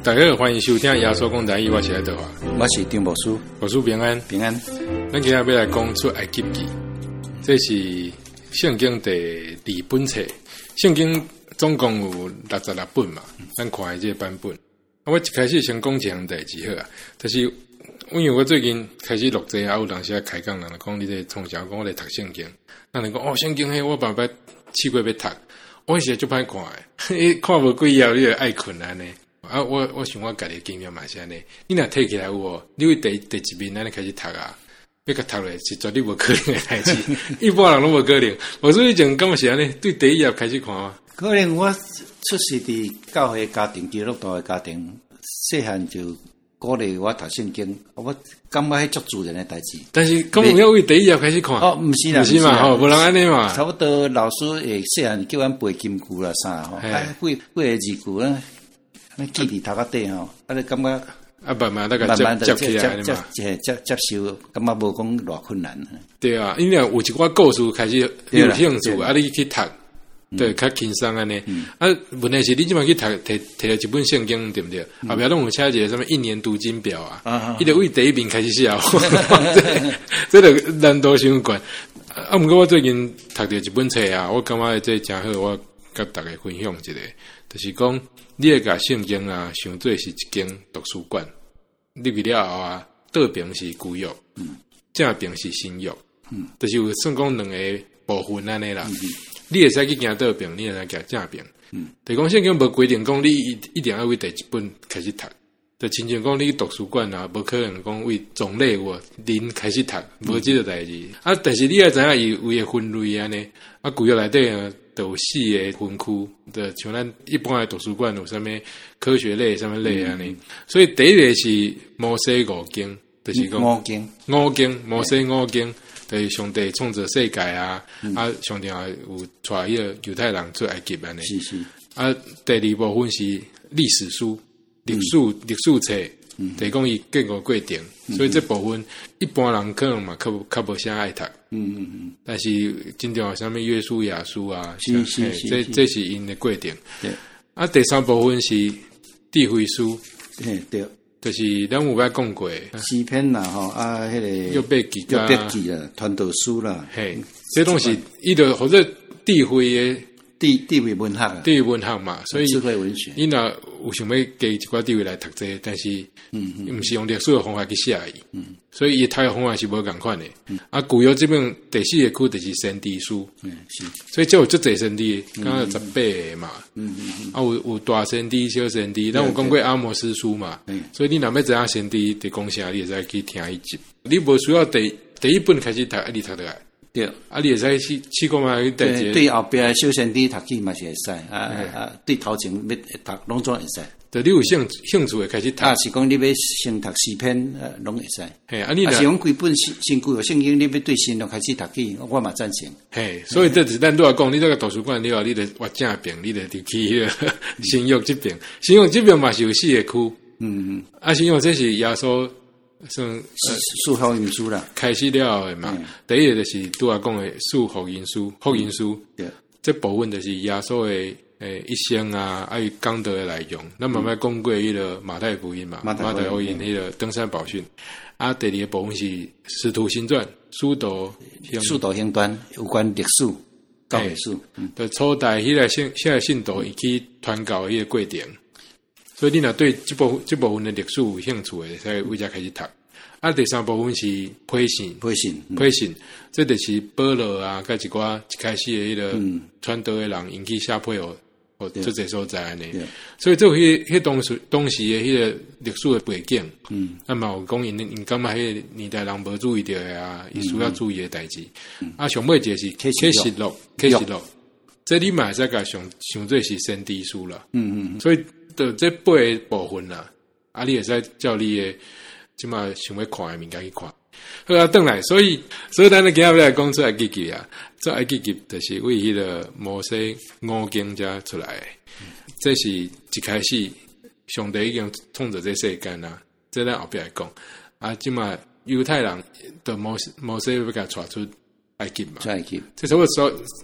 大家好，欢迎收听耶稣讲台语，我是爱德华， 我是丁牧师， 牧师平安平安。 咱今天要来讲出埃及记，这是圣经第2本册。圣经总共有66本嘛，咱看的这个版本。我一开始先讲一项代志好啊，就是因为我最近开始录这，有当时开讲人讲你这从小讲我来读圣经，人讲圣经迄我爸爸试过要读，我迄时就歹看的，看无几页你就爱困安尼。我想我家己经验嘛是安尼，你若摕起来有无？你为第一面安尼开始读啊，要甲读咧是绝对无可能的代志，一般人拢无可能。我所以前感觉是安尼，对第一页开始看啊。 可能我出世伫教会家庭、基督徒的家庭，细汉就鼓励我读圣經，我感覺係足自然的代志。 但是咁唔要為第一頁開始看？ 哦，唔是啦， 唔是嘛，吼，無人安尼嘛。 差不多老師會細漢叫阮背金句啦啥吼，幾個字句啊，記佇頭殼底吼，你感覺慢慢接起來嘛， 接受，感覺無講偌困難。 對啊，因為有一寡故事開始你有興趣，你去讀。對，較輕鬆安尼。問題是你即擺去摕了一本聖經，對不對？後壁攏有寫一個什麼1年讀經表啊，伊就為第一面開始寫，這就難度傷懸。毋過我最近讀到一本冊啊，我感覺這真好，我甲大家分享一下，就是講你會甲聖經啊，想做是一間圖書館，入去了後啊，倒邊是舊約，正邊是新約，就是有算講兩個部分安尼啦。你會使去行倒邊，你會使行正邊。就是講聖經無規定講你一定要為第一本開始讀，就親像講你去圖書館啊，無可能講為種類有零開始讀，無這個代志。但是你要知影伊有個分類安尼，舊約內底啊，就有4個分區，就像咱一般的圖書館有啥物科學類、啥物類安尼。所以第一個是摩西五經，就是講五經，摩西五經。就是上帝創造世界啊，上帝也有帶迄個猶太人出埃及安尼。是。第二部分是歷史書、歷史冊，就是講伊建構過程，所以這部分一般人可能嘛較無啥愛讀。但是真正有啥物約書亞書啊，這是因的過程。第三部分是智慧書。對。就是咱有捌講過， 詩篇啦吼，迄個約伯記啦，傳道書啦， 嘿，這東西伊就或者智慧嘅智慧文學嘛，所以智慧文學， 伊若有想要加一寡智慧來讀這個，但是毋是用歷史嘅方法去寫伊，所以伊讀嘅方法是無共款嘅。舊約這邊第4個區就是先知書，是，所以就有足儕先知，剛剛18個嘛，有大先知、小先知，咱有講過阿摩司書嘛，所以你若要知影先知佇講啥，你會使去聽伊集，你無需要第一本開始讀，你讀得來。對，你會使試過嘛？ 對後邊小先知讀起嘛是會使，對頭前要讀攏總會使。 就你有興趣會開始讀。 是講你要先讀詩篇，攏會使。 嘿，你是講規本新舊約聖經，你要對新約開始讀起，我嘛贊成。 嘿，所以這是咱都要講，你這個圖書館了後，你得挖正邊，你得入去新約這邊，新約這邊嘛是有4個區。新約這是耶穌。算四福音書啦， 開始了的嘛。第一個就是拄仔講的四福音書，這部分就是耶穌的一生啊，伊講道的內容。咱慢慢講過迄個馬太福音嘛，馬太福音迄個登山寶訓。第二個部分是使徒行傳，使徒行傳有關歷史、教會史， 就初代迄個現在信徒伊去傳教迄個過程。所以你若對這部分的歷史有興趣的，才會才開始讀。第三部分是批信，這就是保羅啊，甲一開始的迄個傳道的人引起寫批互這個所在安尼。所以這有迄當時的迄個歷史的背景，嘛有講因感覺迄個年代人無注意到的啊，伊需要注意的代誌。上尾一個是啟示錄，這你嘛會使甲想做是先知書啦。所以就這8個部分啦，你會使照你的即嘛想要看的物件去看。好啊，轉來，所以咱今日要來講出埃及記啊，這埃及記就是為迄個摩西5經才出來的。這是一開始上帝已經創造這世間啦，這咱後壁來講。即嘛猶太人的摩西要甲帶出埃及嘛，這是我所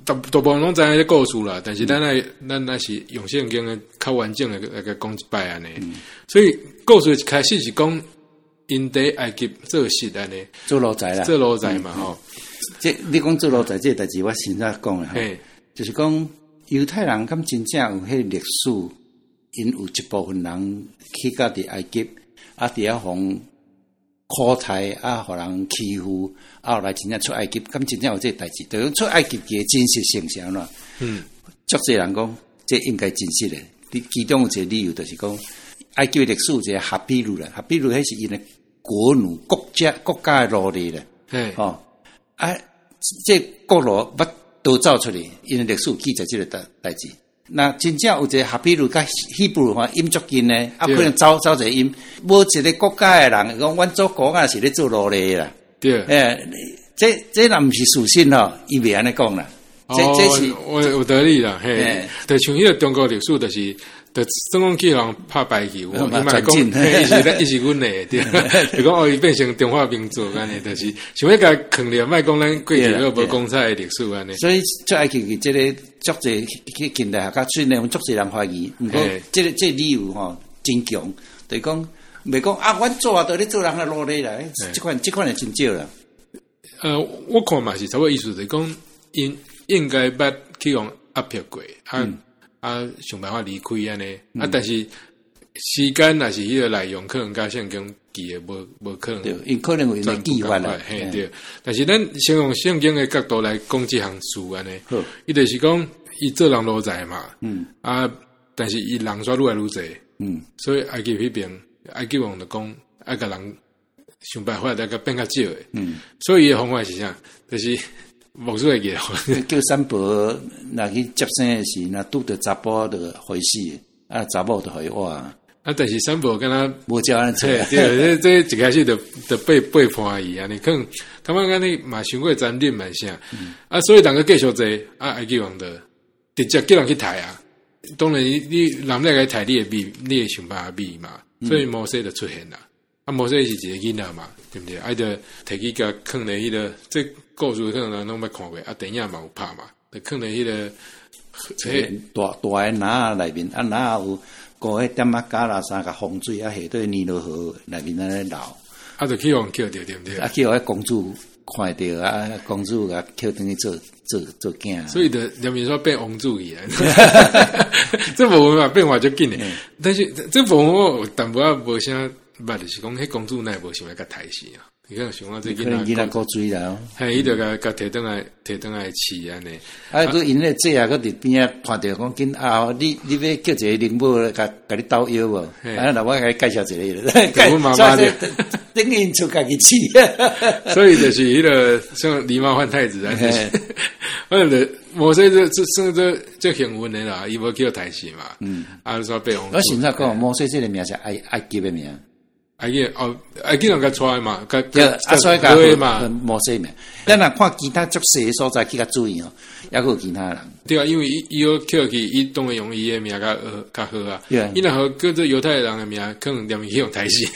大部分拢知影个故事啦，但是咱那是用圣经的较完整的来个讲一摆安尼。所以故事一开始是讲因伫埃及做事安尼， 做奴才啦， 做奴才嘛吼。 这你讲做奴才这代志，我现在讲啦，就是讲犹太人敢真正有迄历史，因有一部分人去到伫埃及，啊，伫遐互苦待，啊，互人欺负，啊，后来真正出埃及，敢真正有这代志，就讲出埃及嘅真实形象啦。足侪人讲，这应该真实诶。其中有一个理由，就是讲埃及历史有一个哈比鲁啦，哈比鲁迄是因诶国奴国家诶奴隶啦。啊，这国奴捌倒走出嚟，因为历史记载这个代志。那真正有一个哈比鲁甲希伯来音足近呢，啊，可能走一个音，无一个国家诶人讲，阮祖国啊是咧做奴隶啦。对，这若毋是事实咯，伊袂安尼讲啦。这是我有道理啦，嘿，就像迄个中国历史，就是总讲去人拍排球，伊嘛讲，伊是阮诶，对，就讲伊变成中华民族安尼，就是想要甲坑了，莫讲咱过去个无讲彩诶历史安尼。 所以出埃及即个足侪去近代甲虽然足侪人怀疑，毋过这理由吼真强，就是讲袂讲啊，阮做啊，都咧做人诶奴隶啦，即款诶真少啦。 我看嘛是差不多意思，就是讲应该捌去用压迫过，想办法离开安尼，但是时间若是迄个内容，可能甲圣经记诶无可能， 对，因可能有因诶计划啦， 嘿对。但是咱先用圣经诶角度来讲即项事安尼，伊就是讲伊做人奴才嘛，但是伊人煞愈来愈侪，所以埃及迄边埃及王就讲爱甲人想办法来甲变较少诶，所以伊诶方法是啥？就是无所谓嘅， 叫三伯若去接生诶时，若拄着查甫就回死，啊查某就互伊活。啊， 但是三伯敢若无照安做， 对，这一开始就背叛伊安尼，可能感觉安尼嘛伤过残忍蛮啥，所以人个继续做，埃及王的直接叫人去抬啊。当然你人来抬你诶你会想办法避嘛，所以摩西就出现啦。摩西是一个囡仔嘛，对不对？就摕去甲放咧迄个，这故事可能人拢捌看过，电影嘛有拍嘛，就放咧迄个大诶篮内面，篮有个点加拉山甲风水下对尼罗河内面安尼流， 就去互捡着，对不对？ 去互公主看着公主甲捡转去做囝， 所以就连面说变王子去啊，这无嘛变化就紧诶，但是这部分我淡薄仔无啥。就是讲，迄公主奈无想要甲抬死啊！你看想讲这囡仔过水啦， 嘿，伊就甲摕转来饲安尼。 佮因咧姐佫伫边仔看着讲紧你要叫一个灵母甲你斗腰无？那我甲你介绍一个， 阮妈妈咧， 等因出家己饲。 所以就是迄个像狸猫换太子啊，就是摩西这算这幸运的啦，伊无叫抬死嘛。说被我现在讲摩西这个名是埃及的名。 埃及人甲带嘛， 所以甲嘛，摩西名。咱若看其他足细诶所在去甲注意哦，抑佫有其他人。 对啊，因为伊要捡去，伊当然用伊诶名较好啊。伊若好叫做犹太人诶名，可能连伊用抬死。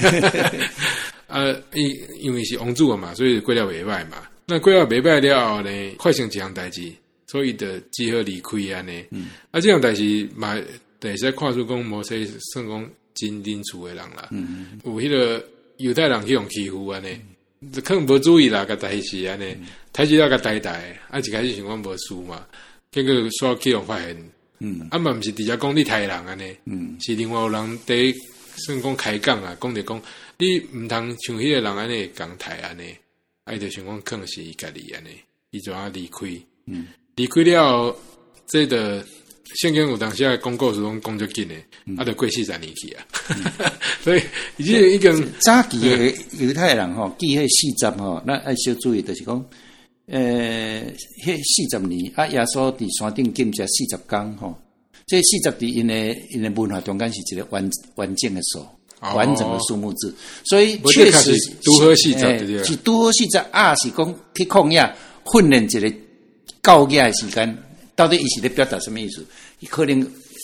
因为是王子嘛，所以过了袂歹嘛。那过了袂歹了后呢，发生一项代志，所以就只好离开安尼。这项代志嘛，会使看出讲摩西算讲。真认厝诶人啦，有迄个犹太人去用欺负安尼，可能无注意啦，甲抬死安尼，抬死了甲呆，一开始想讲无事嘛，结果煞去用发现，嘛毋是直接讲你抬人安尼，是另外有人伫算讲开讲啊，讲着讲你毋通像迄个人安尼讲抬安尼，伊就想讲可能是伊家己安尼，伊就要离开，离开了这个。圣经有当时啊讲故事讲足紧诶，就过40年去啊，所以已经已经早期诶犹太人吼，记迄40吼，咱爱小注意，就是讲，迄40年耶稣伫山顶禁食40天吼，这40伫因诶文化中间是一个完整诶数，完整的数目字，所以确实拄好40， 是拄好40是讲去抗压训练一个教育诶时间。到底伊是咧表达什么意思？伊可能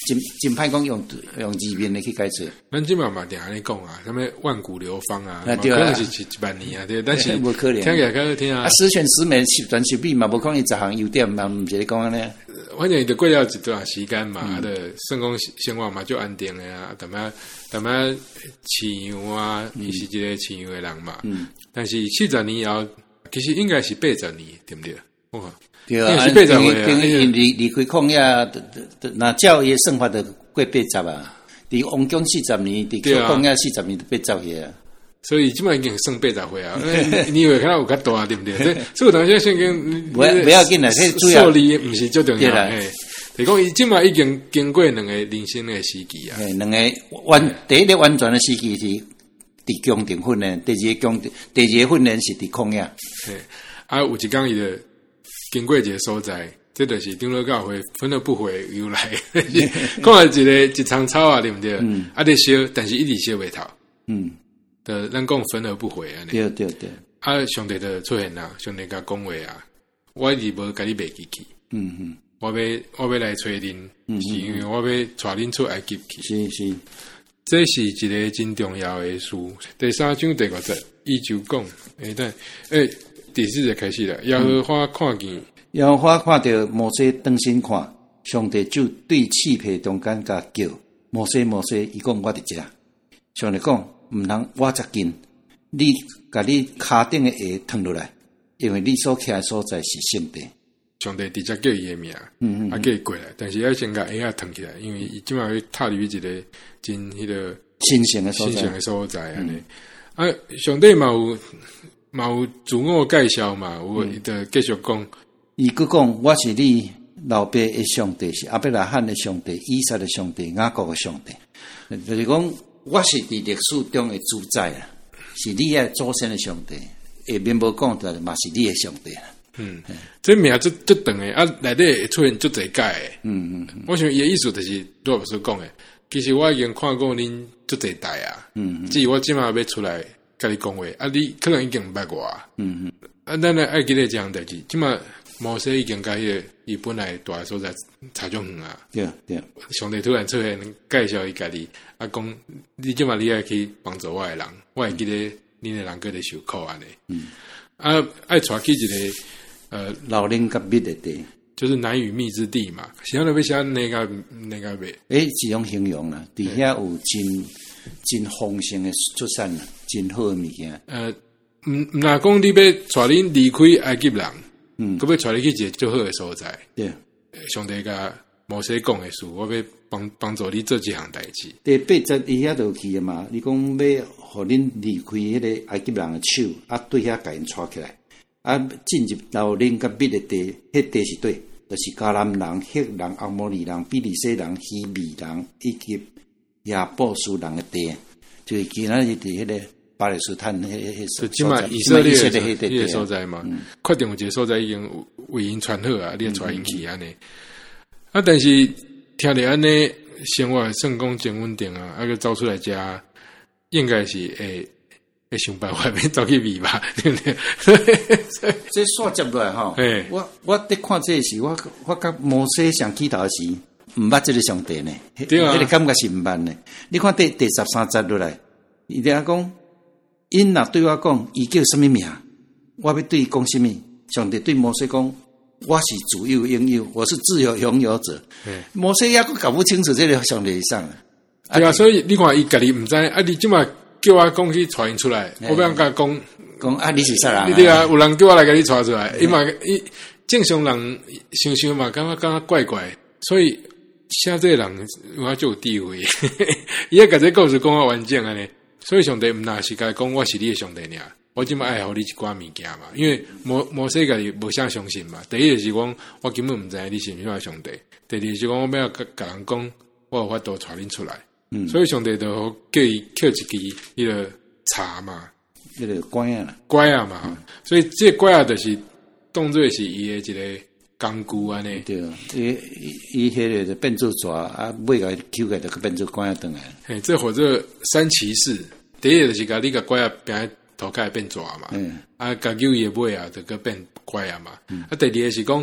真歹讲用字面的去解释。 咱即嘛定安尼讲啊，什么万古流芳啊，可能是10000年啊，对，但是无可能， 听起来较好听啊。 十全十美十全十美嘛，无可能10项优点嘛，毋是咧讲安尼。 反正伊就过了一段时间嘛，的成功生活嘛就安定的啊，淡仔饲养啊，伊是一个饲养的人嘛。但是40年以后，其实应该是80年，对不对？ 对啊， 是80岁啊， 等于离开旷野，那照伊算法的过80啊。伫王宫40年，伫旷野40年都80岁啊。 所以基本上已经算80岁啊，你以为看到有较大对不对？所以当时圣经不要紧啦， 受力不是最重要的。是讲伊即马已经经过2个人生的时期啊。 2个第一个完全的时期是伫宫廷训练，第二个训练是伫旷野。 有一天伊就经过一个所在，这就是长老教会分而不回由来。讲了一丛草啊，对不对？咧烧，但是一直烧袂透。咱讲分而不回啊。 对。 上帝就出现啦，上帝甲讲话啊，我一直无甲你袂记起。我要来找恁，是因为我要带恁出埃及去。 是。 这是一个真重要的事。第3章第5节，伊就讲，第4节开始了。耶和华看见， 耶和华看到摩西转身看，上帝就对刺皮中间甲叫摩西，伊讲我伫遮。上帝讲，毋通我遮近，你甲你骹顶的鞋脱落来，因为你所徛的所在是圣地。 上帝直接叫伊的名，叫伊过来，但是要先甲鞋脱起来，因为伊即马要踏入一个真迄个神圣的所在安尼。上帝嘛有自我介绍嘛，有就继续讲， 伊佫讲我是你老爸的上帝，是亚伯拉罕的上帝，以撒的上帝，雅各的上帝，就是讲我是伫历史中的主宰啊，是你的祖先的上帝，下面无讲的嘛是你的上帝啦。 这名足长诶，内底会出现足侪解诶。我想伊的意思就是罗老师讲诶，其实我已经看过恁足侪代啊。只是我即马要出来甲你讲话，你可能已经毋捌我啊。咱来爱记得这样代志，即马摩西已经甲迄个伊本来住诶所在差种远啊。对。上帝突然出现介绍伊家己，讲你即马你爱去帮助我诶人，我会记得恁诶人搁咧受苦安尼。爱带去一个。 老人甲蜜的地， 就是奶与蜜之地嘛。想要写那个蜜， 是种形容啦。底下有真丰盛的出产，真好的物件。 毋若讲你要带恁离开埃及人，佮要带你去一个最好的所在。对，上帝甲摩西讲的事，我要帮助你做这项代志。 第8节伊遐就去嘛，你讲要互恁离开迄个埃及人的手，对遐甲因带起来。进入老人甲蜜的地，迄地是对，就是迦南人、赫人、阿摩利人、比利洗人、希米人以及亚布斯人的地，就是今仔日伫迄个巴勒斯坦迄所在， 即嘛以色列迄个所在嘛，确定有一个所在已经为因传好啊，你带因去安尼。但是听着安尼生活算讲真稳定啊，个走出来食，应该是会想办法要走去味吧，对不对？ 这线接落来吼，我伫看这时，我甲摩西上起头时，毋捌这个上帝呢，迄个感觉是毋捌呢。你看第13节落来，伊伫讲，因若对我讲，伊叫什么名？我要对伊讲什么？上帝对摩西讲，我是自由拥有，我是自由拥有者。摩西也搞不清楚这个上帝上。 对啊，所以你看伊家己毋知，你即马。叫我讲去带因出来，我要甲讲你是啥人？ 对啊，有人叫我来甲你带出来，伊正常人想嘛，感觉怪怪，所以写这个人我就有地位，伊甲这故事讲啊完整安尼，所以上帝毋若是甲讲我是你的上帝尔，我即马爱互你一寡物件嘛，因为摩西家己无啥相信嘛。第一就是讲我根本毋知你是啥上帝，第二是讲我要甲人讲我有法度带恁出来。所以上帝就叫伊捡一支迄个茶嘛， 迄个拐啊嘛，所以这拐啊就是当作是伊的一个工具安尼。对， 伊迄个变做蛇尾个揪个就变做拐啊转来。 这或者三骑士，第一就是甲你甲拐啊变头壳变蛇嘛，甲揪伊的尾啊就个变拐啊嘛。第二是讲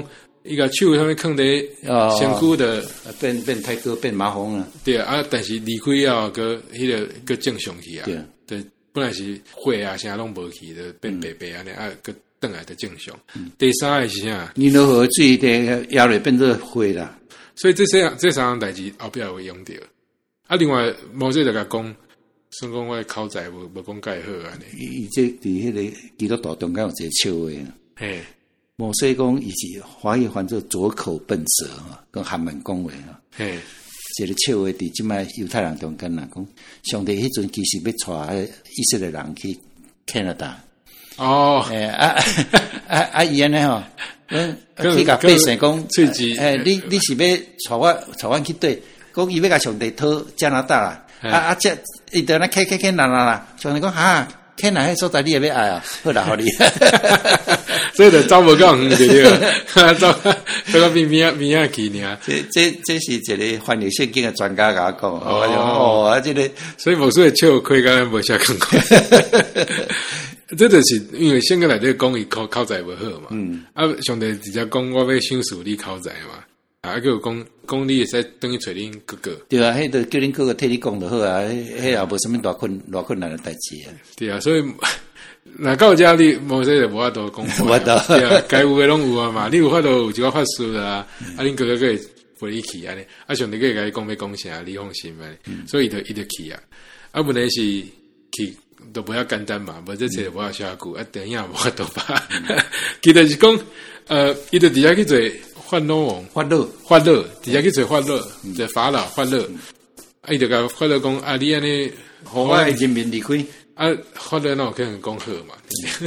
伊个手上面放伫身躯的， 变太高变麻风了。 对啊，但是离开后个迄个个正常去啊。对，本来是血啊啥拢无去的，变白白安尼啊个转来的正常。第三个是啥？ 你如何水的压力变做血啦？ 所以这三样代志后壁会用到。啊，另外摩西就甲讲，算讲我口才无讲介好安尼。 伊这伫迄个基督徒中间有一个笑话。 嘿。 摩西讲，伊是华语翻做左口笨舌哈，跟韩文讲话哈。 嘿， 这个笑话伫即摆犹太人中间啦，讲上帝迄阵其实要带以色列人去加拿大。 哦， 伊安尼吼，去甲百姓讲，你是要带阮去对？讲伊要甲上帝讨加拿大啦。这伊在那开啦，上帝讲哈。天哪！迄所在你也要爱啊？好啦，好你。 所以就走无够远对了，走到边仔去呢。 这是一个翻译圣经的专家甲我讲。这个所以无说笑亏甲咱无啥感觉。这就是因为圣经内底讲伊口才无好嘛。上帝直接讲我要赏赐你口才嘛。还有讲你会使等于找恁哥哥。对啊，迄个叫恁哥哥替你讲就好啊，迄也无什么大困难的代志啊。 对啊，所以那到遮你无说就无法度讲。 无法度。 对啊，该有的拢有啊嘛。你有法度有一个法术啊，恁哥哥可以陪你去安尼，上帝可以甲你讲要讲啥，你放心安尼。所以伊就去啊。问题是去都不要简单嘛，无这切无要下久，等一下无法度吧。其实是讲伊就直接去做。法老，直接去找法老，做法老法老，伊就甲法老讲啊，你安尼， 我的人民离开啊，法老那有可能讲好嘛？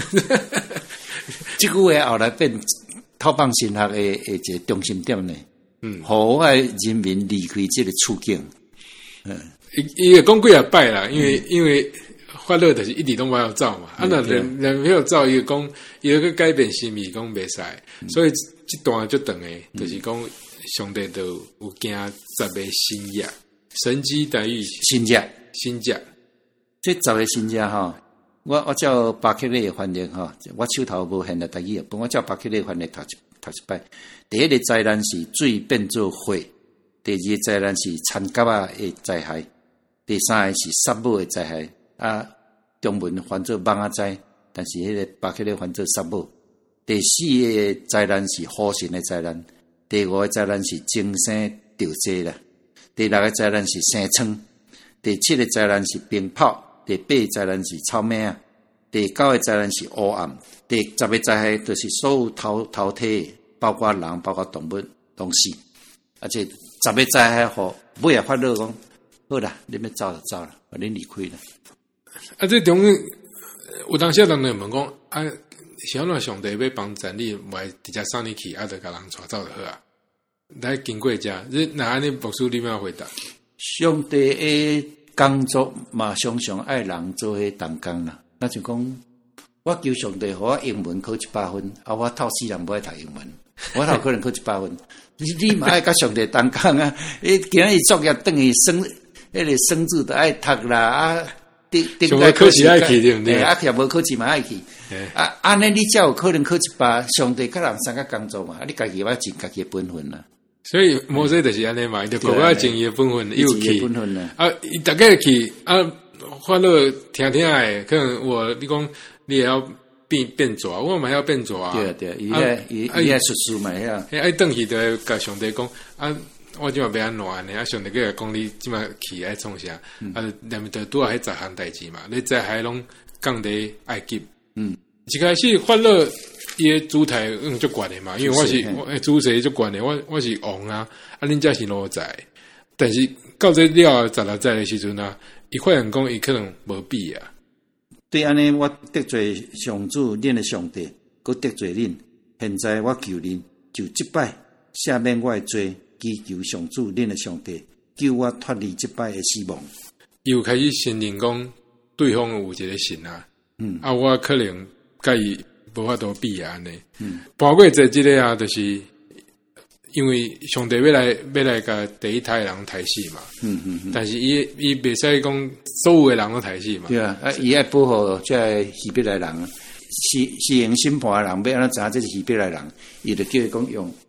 这句话后来变透放神学的一个中心点呢。我的人民离开这个处境。 伊也讲几啊摆啦，因为法老就是一直都无要走嘛，啊，那人没有走，伊讲伊要去改变心意，讲袂使，所以。这段就长诶，就是讲上帝都有惊10个新约，神机待遇新约，这10个新约吼，我照巴克利翻译吼，我手头无现代台语，不过我照巴克利翻译读一摆。第一个灾难是水变做火，第二个灾难是田蛤仔的灾害，第三个是杀母的灾害。啊，中文翻做蠓仔灾，但是迄个巴克利翻做杀母。第4个灾难是火神的灾难，第5个灾难是精生掉济啦，第6个灾难是生疮，第7个灾难是冰雹，第8个灾难是草蜢啊，第9个灾难是黑暗，第10个灾害就是所有淘汰，包括人，包括动物拢死。而且10个灾害后，尾也发热讲，好啦，你们走就走啦，把恁离开啦。 啊，这中有当时人问讲啊。想让上帝要帮助你，买直接送你去，就甲人带走就好啊。来经过遮，那安尼牧师你要回答？ 上帝的工作嘛，常常爱人做迄同工啦。那就讲，我求上帝，互我英文考100分，我透死人不爱读英文，我头可能考100分。你嘛爱甲上帝同工啊？今日作业等于生字都爱读啦啊。 上个考试爱去对不对？ 也无考试嘛爱去。安尼你才有可能考100，上帝甲人三个工作嘛，你家己要尽家己的本分啦。 所以摩西就是安尼嘛，伊就国家尽伊的本分，又去本分啦。 伊大概去发了听诶，可能你讲你也要变蛇，我嘛要变蛇啊。 对，伊也出书嘛， 爱等去就甲上帝讲我即马要安怎呢？上帝个讲你即马去爱创啥？内面就拄啊迄10项代志嘛，你在海拢讲伫埃及。一开始法老伊个主台足悬诶嘛，因为我主席足悬诶，我是王啊，恁才是奴才。但是到这了16载诶时阵啊，伊发现讲伊可能无必啊。 对安尼，我得罪上主，恁诶上帝，佮得罪恁。现在我求恁，就即摆赦免我诶罪。祈求上主恁的上帝救我脱离这摆的死亡。 又开始承认讲对方有一个神啊，我可能甲伊无法度比啊安尼。包括在这个啊，就是因为上帝要来甲第一胎的人抬死嘛。但是伊袂使讲所有的人都抬死嘛。 对啊，伊爱保护这希伯来人，施行审判的人要安怎知这是希伯来人，伊就叫伊讲用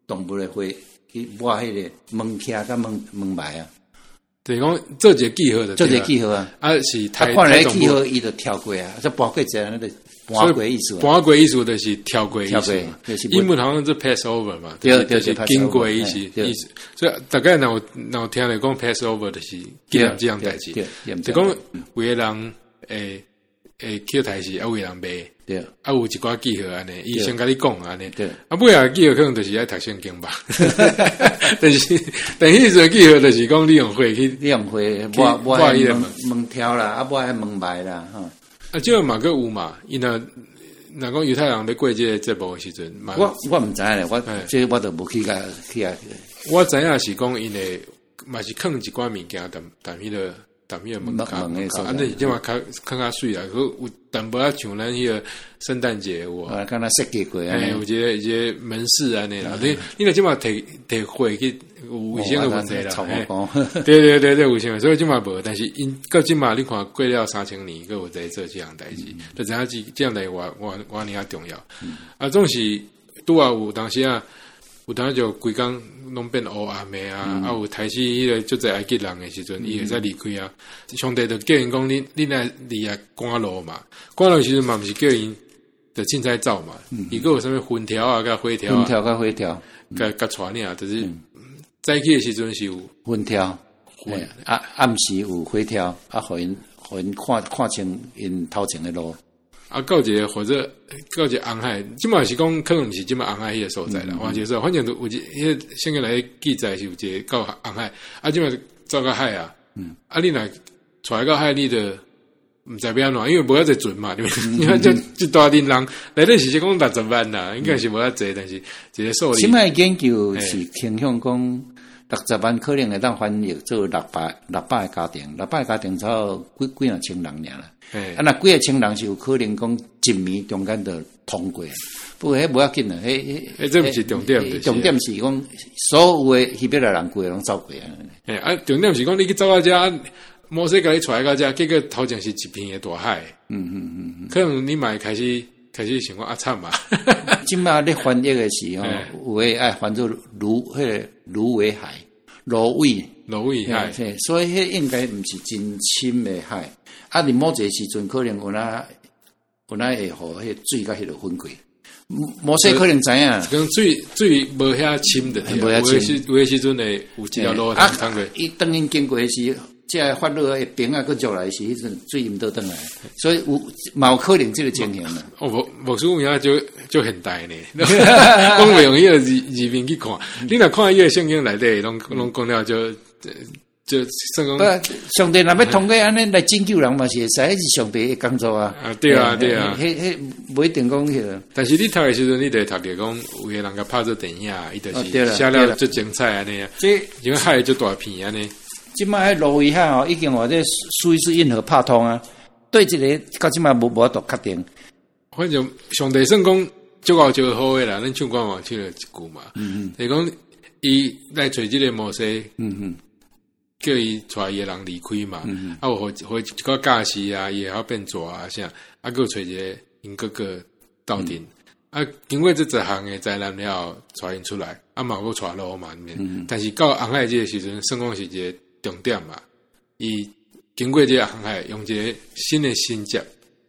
动物的血去抹迄个门屉甲门牌啊。 就是讲做一个记号的， 做一个记号啊。 啊是看来记号伊就跳过啊，这搬过一那个搬过意思。 搬过意思就是跳过意思。英文好像是 pass over 嘛，就是经过意思。所以大概若有听来讲 pass over 就是记念这样代志。就讲有个人会捡台词，啊有个人卖。对，啊有一寡记号安尼，伊先甲你讲安尼，啊尾仔记号可能就是爱读圣经吧，但是迄阵记号就是讲你用火去， 你用火抹伊门条啦，啊抹迄门牌啦，吼。 啊，即个嘛个有嘛，伊若讲犹太人要过即个节目的时阵， 我毋知咧，这我都无去甲。 我知影是讲因诶，嘛是放一寡物件，但迄个。淡迄个门口，啊，那即嘛较水啦，有淡薄仔像咱迄个圣诞节有啊， 敢若设计过啊， 有一个门市安尼啦，你若即嘛摕火去有卫生的问题啦，对，卫生，所以即嘛无，但是因到即嘛你看过了3000年，佮有在做这样代志，就知影这样代志我尼啊重要，啊，总是拄啊有当时啊。有当就规工拢变黑暗的啊，有抬起迄个就在埃及人的时阵，伊会使离开啊。上帝就叫因讲，你来离啊赶路嘛，赶路时阵嘛，毋是叫因就凊彩走嘛。伊个有啥物分条啊，甲火条啊，甲带领，就是早起的时阵是有分条，暗时有火条，啊，互因看清因头前的路。 啊，到一个或者到一个红海，即嘛是讲可能毋是即嘛红海迄个所在啦，我就是反正都有一迄个先个来记载是有一个到红海，啊，即嘛走到海啊，啊，你若出来到海，你就毋知要安怎，因为无遐济船嘛，你看这大阵人内底是讲60万啦，应该是无遐济，但是一个数字。 现在研究是倾向讲60万可能会当翻译做600个家庭，600个家庭才几若千人尔啦。啊，那几个千人是有可能讲一暝中间就通过，不过迄无要紧啦， 这毋是重点， 重点是讲所有的迄边的人过拢走过啊。 啊，重点是讲你去走到遮，摩西甲你带到遮，结果头前是一片的大海。可能你嘛开始想讲惨嘛。 即马咧翻译的是吼，有诶爱翻做芦苇海，芦苇海，所以迄应该毋是真深的海。啊！伫某一个时阵，可能有那会互迄水甲迄落分开。摩西可能知影， 讲水无遐深的，有诶时阵会有一条路通过。 伊当因经过时，即个法老的兵啊，佮入来时，迄阵水毋倒转来，所以有可能即个情形啦。 无书名就很大呢，讲袂用迄个字面去看。你若看伊个圣经内底，拢讲了就上帝若要通过安尼来拯救人嘛，是会使，迄是上帝的工作啊。 对啊， 迄无一定讲迄个。 但是你读的时阵，你得读着讲，有个人甲拍做电影，伊就是写了最精彩安尼啊。因为海就大片安尼。 即摆迄芦苇海吼，已经话这苏伊士运河拍通啊。对这个到即摆无法度确定。 反正上帝算讲足够就好诶啦，咱唱歌嘛唱了一句嘛。就是讲伊来找即个摩西。叫伊带伊个人离开嘛，啊，有互一个驾驶啊，伊会晓变蛇啊啥，啊，佮找一个因哥哥斗阵，啊，经过这10项的灾难了，带因出来，啊，嘛有带路嘛，但是到红海这个时阵，算讲是一个重点嘛，伊经过这个红海，用一个新的新甲，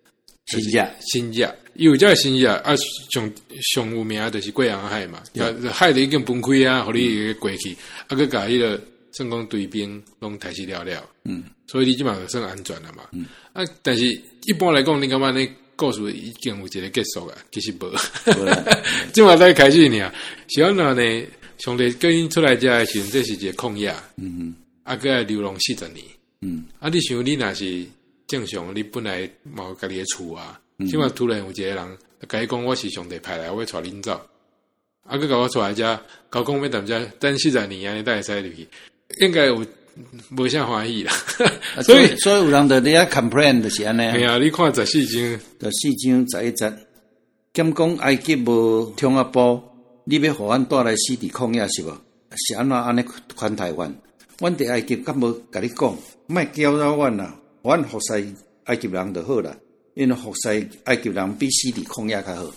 伊有这个新甲啊，上有名就是过红海嘛，海就已经崩溃啊，互你过去，啊，佮甲迄个。算讲对兵拢抬起了，所以你即码就算安全了嘛。啊，但是一般来讲，你感觉你故事已经有一个结束啊？其实无，即码才开始尔。是安怎呢？上帝叫因出来遮的时阵，这是一个旷野，啊，佮爱流浪40年，啊，你想你若是正常，你本来嘛有家己的厝啊，即码突然有一个人甲伊讲，我是上帝派来，我要带恁走，啊，佮甲我出来遮，甲讲要踮遮等40年安尼，才会使入去。应该有无啥欢喜啦，所以有人就咧 complain 就是安尼。 哎呀，你看14章 ，14章11节，兼讲埃及无通啊步，你要互阮带来死伫旷野是无？是安怎安尼款待阮？阮伫埃及敢无甲你讲，莫搅扰阮啦，阮服侍埃及人就好啦，因为服侍埃及人比死伫旷野较好。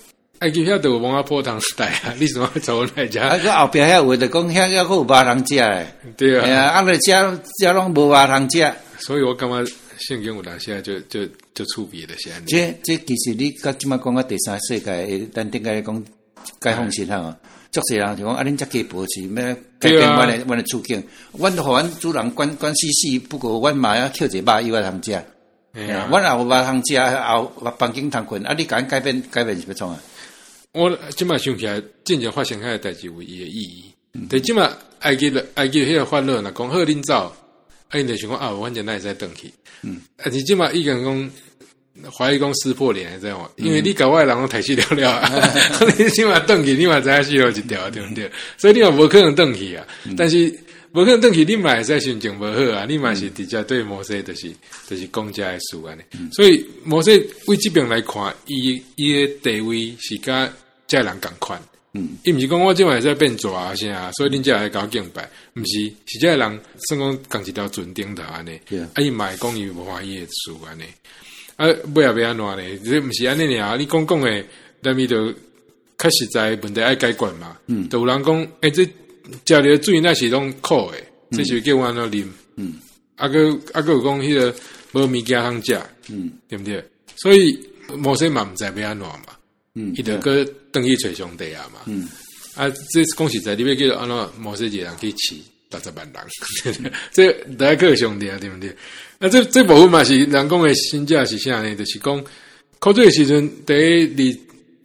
埃及遐都有蒙阿波汤带啊，你怎么找来食？ 啊，个后壁遐话就讲遐还有肉通食诶， 对啊， 啊，啊，食拢无肉通食。 所以我感觉圣经有当时就触别的先。 这其实你甲即马讲啊，第三世界，咱顶个讲解放神啊，足侪人就讲啊，恁遮家婆是要改变阮的处境，阮都互阮主人管死，不过阮嘛要捡一肉又通食。阮也有肉通食，后房间通困，啊，你甲改变是要创啊？ 我即马想起来，真正发生遐个代志有伊的意义。但即马埃及迄个欢乐，若讲好恁走，因就想讲啊，反正咱会使转去。而且即马已经讲怀疑讲撕破脸，知道吗？因为你甲我的人拢抬死了啊，你即马转去，你嘛知影死路一条，对不对？所以你嘛无可能转去啊。但是无可能转去，你嘛会使心情无好啊，你嘛是直接对摩西就是讲遮的事安尼。所以摩西为即边来看，伊的地位是甲遮人共款，伊毋是讲我即摆会使变蛇啊啥，所以恁遮来搞敬拜，毋是遮人算讲共一条船顶头安尼，伊嘛会讲伊无欢喜的事安尼，尾后要安怎呢？这毋是安尼尔，你讲的，内面就较实在问题爱解决嘛，就有人讲，这食着水那是拢苦的，这是叫我安怎啉，个有讲迄个无物件通食，对不对？所以摩西嘛毋知要安怎嘛。伊就个等去找上帝啊嘛，这讲实在，你要叫安怎摩西一个人去饲60万人，这大家靠上帝啊，对不对？这部分嘛是人讲的真正是啥呢？就是讲考水的时阵，第一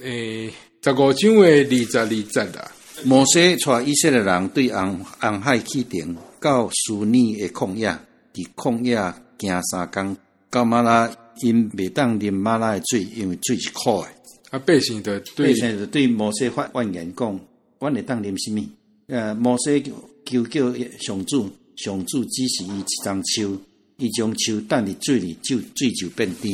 15章的22节啊， 摩西带以色列人对红海起程，到苏尼的旷野，伫旷野行3天，到马拉因袂当啉马拉的水，因为水是苦的。 百姓就对摩西发怨言讲，阮会当啉什么？摩西求上主指示伊一丛树，伊将树等伫水里，水就变甜。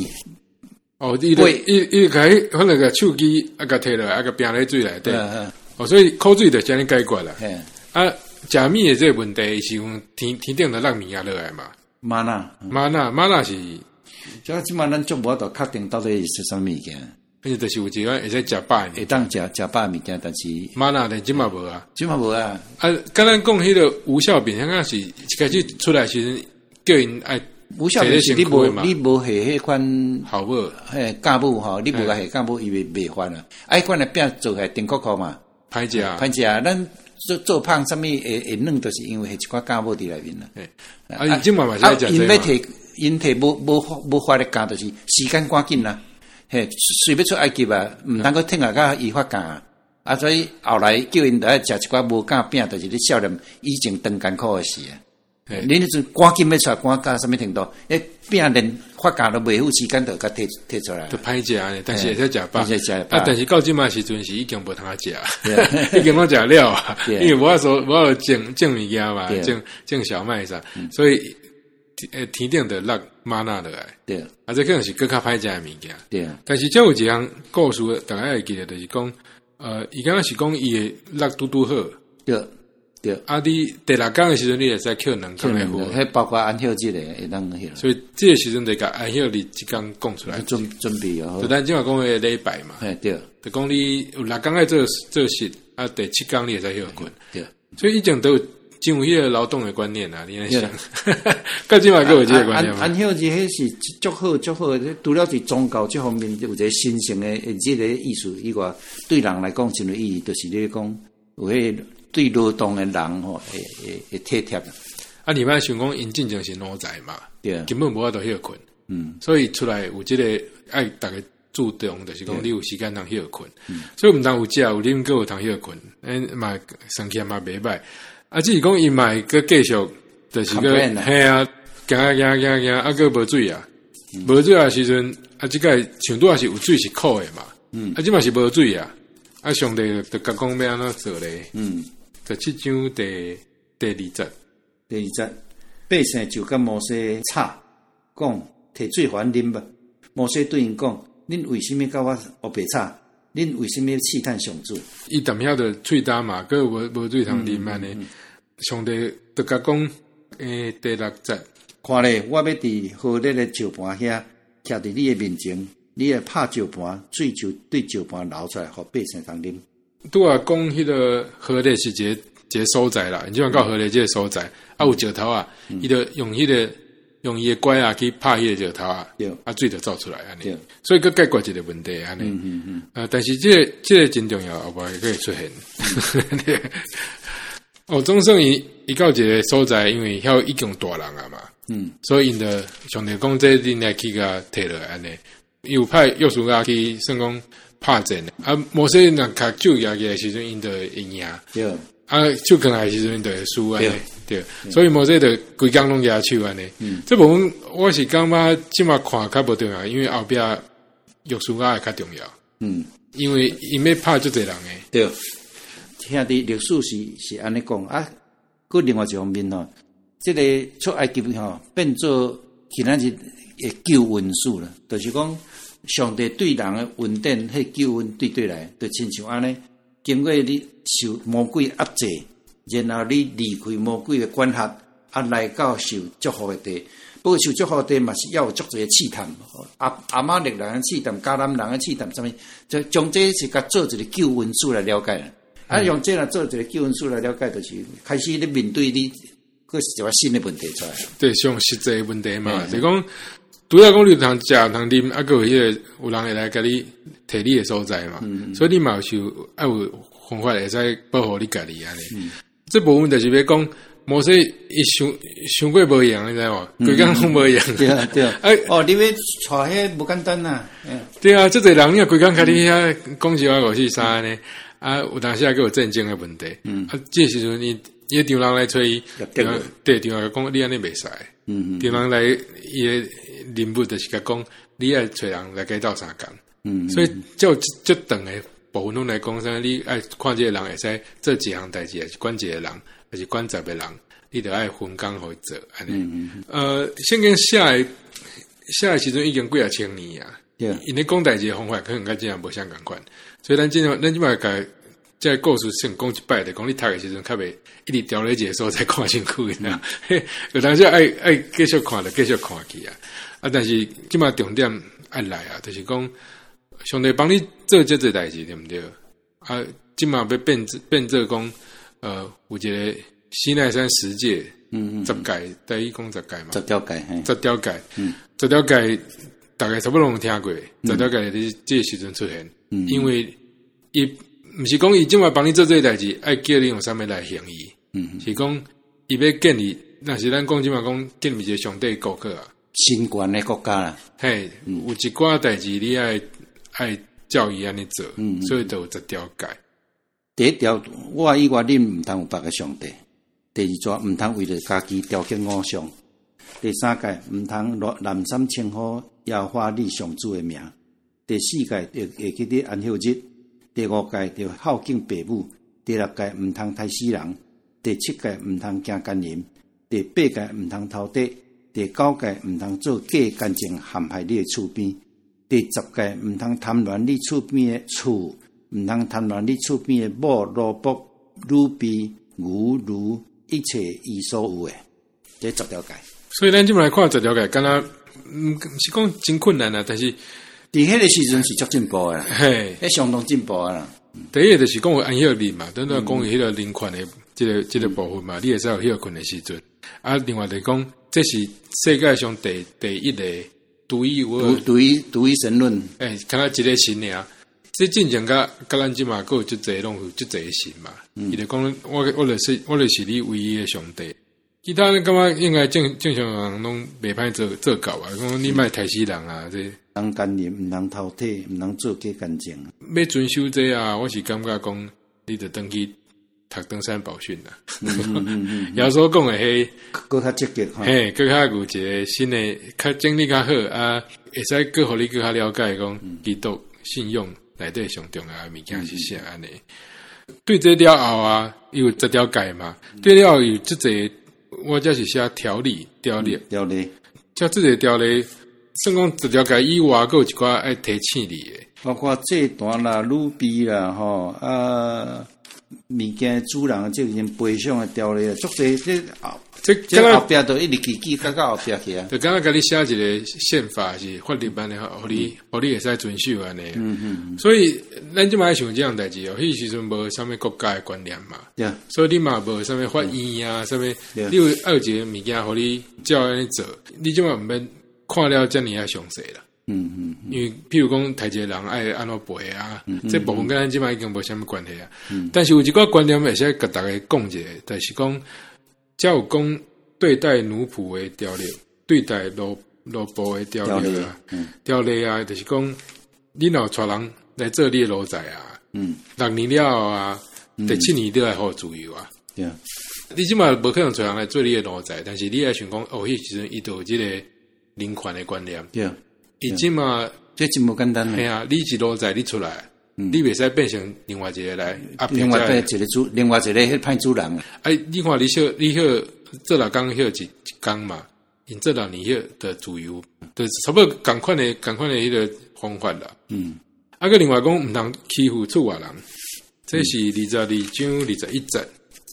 伊甲迄可能个手机甲摕落来，甲冰咧水内底。所以口水就这样解决啦。食米的这个问题是用天顶的落物仔落来嘛？ 玛纳是，即马咱足无法度确定到底是啥物件。 就是有一个会使食饱， 会当食饱物件，但是玛纳的即嘛无啊， 敢咱讲迄个吴孝炳，刚开始一开始出来时叫因爱吴孝炳是你无下迄款好母， 干部吼，你无甲下干部伊袂翻啊，爱款的饼做下顶扣嘛， 歹食， 咱做胖啥物会软，就是因为一寡干部伫内面啦。 伊即嘛嘛是爱食因要摕无法力干，就是时间赶紧啦。随要出埃及啊，毋通个听啊，甲伊发干啊，所以后来叫因来食一寡无干饼，就是你少年以前当艰苦的事啊。恁迄阵赶紧要出来，赶到什么程度？饼连发干都袂有时间，就甲摕出来。 就歹食安尼，但是会使食饱。但是到即嘛时阵是已经无通食，已经拢食了啊，因为无法种物件嘛，种小麦啥，所以天顶的落玛纳落来， 对， 这可能是更较歹食的物件， 对。 但是有一项故事，大家会记得，就是讲，伊刚刚是讲伊的落拄好， 对。 你第6天的时阵，你会使捡2天的雨， 迄包括安歇日的会当迄。 所以这个时阵得甲安歇日一天讲出来， 准备哦。 就咱今晚讲的礼拜嘛， 对。 就讲你有6天爱做事，第7天你会使休困， 对。 所以以前都有进入迄个劳动的观念啊，你来想，到今晚还有这个观念吗？ 安歇日迄是足好，除了伫宗教这方面有一个神圣的这个意思以外，对人来讲真有意义，就是你讲有迄对劳动的人吼会体贴。 你莫想讲因进前是奴才嘛， 对， 根本无法度休困，所以出来有这个爱大家注重，就是讲你有时间通休困，所以毋通有食有啉，阁有通休困，嘛生气嘛袂歹。只是讲伊嘛会个继续，就是个嘿啊，行，个无水啊，无水啊时阵，即个像拄啊是有水是苦的嘛，即嘛是无水啊，上帝就甲讲要安怎做咧，就7章第2节， 百姓就甲摩西吵，讲摕水还啉吧。摩西对因讲：恁为什么甲我黑白吵？恁为什么试探上主？ 伊淡遐的喙焦嘛，个无水通啉安尼。上帝就甲讲，第6节， 看咧，我要伫好热的石盘遐，徛伫你的面前， 你会拍石盘，水就对石盘流出来，互百姓通啉。 拄啊，讲迄个河内是一个所在啦，你像到河内这个所在，啊有石头啊，伊就用伊的拐啊去拍迄个石头啊，啊水就走出来安尼，所以佮解决一个问题安尼。但是这个真重要，后摆会出现。钟圣伊到一个所在，因为遐已经大人啊嘛，所以因的上帝讲这恁来去甲摕落安尼，有派约书亚去算讲拍阵啊，摩西若卡手举起来时阵，因就会赢。啊，手放来时阵就会输安尼，对，所以摩西就规工拢举手安尼。这部分我是感觉即马看较无重要，因为后壁约书亚会较重要。因为伊要拍足侪人诶。 对，兄弟，历史是安尼讲啊。佮另外一方面吼，这个出埃及吼变做今仔日诶救恩史啦，就是讲上帝对人诶恩典，迄救恩对来，就亲像安尼。经过你受魔鬼压制，然后你离开魔鬼的管辖，来到受祝福的地。不过受祝福的地嘛是要有足侪试探，阿玛力人的试探，迦南人的试探，什么？就将这是甲做一个救恩史来了解。用这来做一个救恩史来了解，就是开始你面对你，佫是一个新的问题出来。 对，上实际问题嘛，就是讲。除了讲你有通食有通啉，啊，个有迄个有人会来甲你摕你的所在嘛，所以你嘛有有方法会使保护你家己安尼。这部分就是要讲摩西伊想过无用，你知无？规工拢无用。 对啊，对啊。你要带迄无简单呐。 对啊，这侪人你规工甲你遐讲一话54三呢，啊，有当时还有战争的问题。这时阵伊场人来找伊，对，场人讲你安尼袂使。场人来伊的任务就是甲讲，你爱找人来甲伊斗相共。所以就这长的部分拢来讲，啥你爱看这个人会使做一项代志，还是管一个人，还是管10个人，你就爱分工互伊做安尼。圣经写的时阵已经几啊千年啊，因为讲代志的方法可能甲这样无相共款，所以咱即摆甲这故事先讲一摆的，讲你读的时阵较袂一直调咧一个所在看进去呐。有当时爱继续看就继续看去啊。但是即摆重点爱来啊，就是讲上帝帮你做这代志，对不对？啊，即摆要变做讲有一个西奈山10诫，10诫，第一讲10诫嘛，10条诫，10条诫，大概差不多拢听过，10条诫伫这时阵出现，因为伊毋是讲伊即摆帮你做这代志，爱叫你用啥物来行伊，是讲伊要建立，那是咱讲即摆讲建立一个上帝国家啊。 新冠的国家啦， 嘿，有一寡代志你爱教伊安尼做，所以就有10条诫。 第一条，我以外恁毋通有别个上帝；第二条，毋通为了家己雕刻偶像；第三诫，毋通滥觞称呼耶和华你上主的名；第四诫，会记得安息日；第5诫，就孝敬父母；第6诫，毋通杀死人；第7诫，毋通行奸淫；第8诫，毋通偷盗。第9诫毋通做假干净陷害你的厝边，第10诫毋通贪恋你厝边的厝，毋通贪恋你厝边的母、萝卜、乳猪、牛、驴，一切伊所有的，这10条诫。 所以咱即摆来看10条诫，敢若是讲真困难啊，但是伫迄个时阵是足进步的啦，嘿，迄相当进步的啦。 第一就是讲有安息日嘛，等等讲迄个人权的这个部分嘛，你会使有休困的时阵。啊，另外来讲，这是世界上第一个独一神论。 看到一个神尔，这进前甲咱即嘛，还有足侪拢有足侪神嘛。伊就讲，我就是你唯一的上帝。其他人感觉应该正常人拢袂歹做到啊。讲你莫杀死人啊，这人奸淫，毋通偷窃，毋通做假干净。 要遵守这啊，我是感觉讲，你就登去读登山宝训啦。有时候讲的迄， 更较积极， 嘿，更较有一个新的，较整理较好啊，会使更互你更较了解讲基督信用内底上重要的物件是啥安尼。对这了后啊，有10条诫嘛，对了后有这个，我这是写条例，像这个条例，算讲10条诫以外，还有一寡爱提醒你的， 包括祭坛啦、乳币啦， 物件主人即阵悲伤诶条例，足侪这后壁都一直记到后壁去啊。 就刚刚甲你写一个宪法是法律版的，互你会使遵守安尼。所以咱即摆想这样代志哦，迄时阵无啥物国家诶观念嘛。所以你嘛无啥物法院啊，啥物你有一个物件互你照安尼做，你即摆毋免看了遮尔啊详细啦。因为譬如讲，台一个人爱安怎背啊，这部分跟咱即摆已经无啥物关系啊。但是有一个观念会使甲大家讲一下，就是讲，才有讲对待奴仆的条例，对待奴仆的条例啊，条例啊，就是讲，你若带人来做你的奴才啊，6年了啊，第7年都要互自由啊。你即摆无可能带人来做你的奴才，但是你爱想讲，哦，迄时阵伊都有即个人权的观念。伊即嘛， 这真无简单。 系啊，你是奴才，你出来，你袂使变成另外一个来， 另外一个另外一个迄歹主人。 你看你休这6工休一工嘛，因这6年休的自由，就差不多共款的迄个方法啦。个另外讲毋通欺负厝外人，这是22章21节。